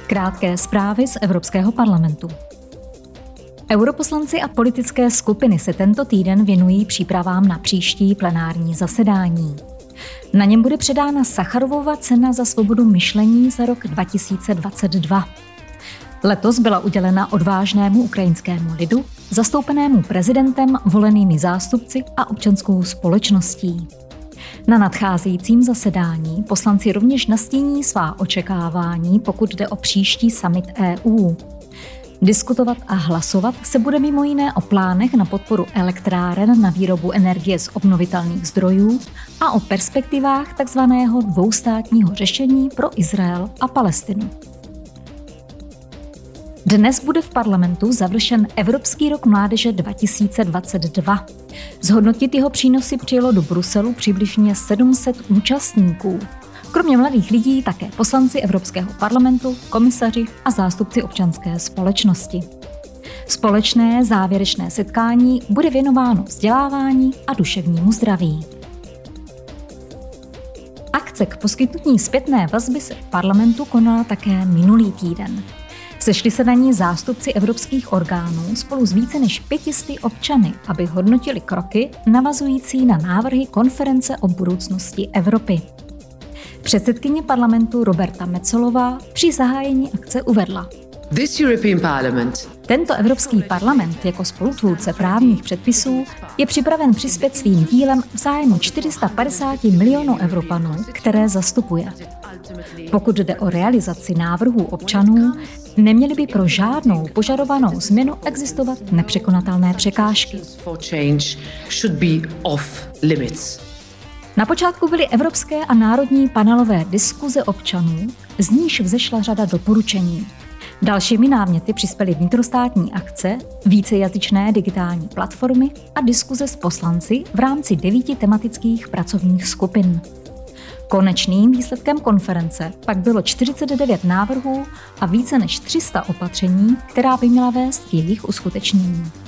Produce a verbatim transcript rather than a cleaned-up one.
Krátké zprávy z Evropského parlamentu. Europoslanci a politické skupiny se tento týden věnují přípravám na příští plenární zasedání. Na něm bude předána Sacharovova cena za svobodu myšlení za rok dva tisíce dvacet dva. Letos byla udělena odvážnému ukrajinskému lidu, zastoupenému prezidentem, volenými zástupci a občanskou společností. Na nadcházejícím zasedání poslanci rovněž nastíní svá očekávání, pokud jde o příští summit E U. Diskutovat a hlasovat se bude mimo jiné o plánech na podporu elektráren na výrobu energie z obnovitelných zdrojů a o perspektivách tzv. Dvoustátního řešení pro Izrael a Palestinu. Dnes bude v parlamentu završen Evropský rok mládeže dva tisíce dvacet dva. Zhodnotit jeho přínosy přijelo do Bruselu přibližně sedm set účastníků. Kromě mladých lidí také poslanci Evropského parlamentu, komisaři a zástupci občanské společnosti. Společné závěrečné setkání bude věnováno vzdělávání a duševnímu zdraví. Akce k poskytnutí zpětné vazby se v parlamentu konala také minulý týden. Sešli se na ní zástupci evropských orgánů spolu s více než pětisty občany, aby hodnotili kroky navazující na návrhy konference o budoucnosti Evropy. Předsedkyně parlamentu Roberta Metsolová při zahájení akce uvedla: This European Parliament. Tento Evropský parlament jako spolutvůrce právních předpisů je připraven přispět svým dílem v zájmu čtyři sta padesát milionů Evropanů, které zastupuje. Pokud jde o realizaci návrhů občanů, neměly by pro žádnou požadovanou změnu existovat nepřekonatelné překážky. Na počátku byly evropské a národní panelové diskuze občanů, z níž vzešla řada doporučení. Dalšími náměty přispěly vnitrostátní akce, vícejazyčné digitální platformy a diskuze s poslanci v rámci devíti tematických pracovních skupin. Konečným výsledkem konference pak bylo čtyřicet devět návrhů a více než tři sta opatření, která by měla vést k jejich uskutečnění.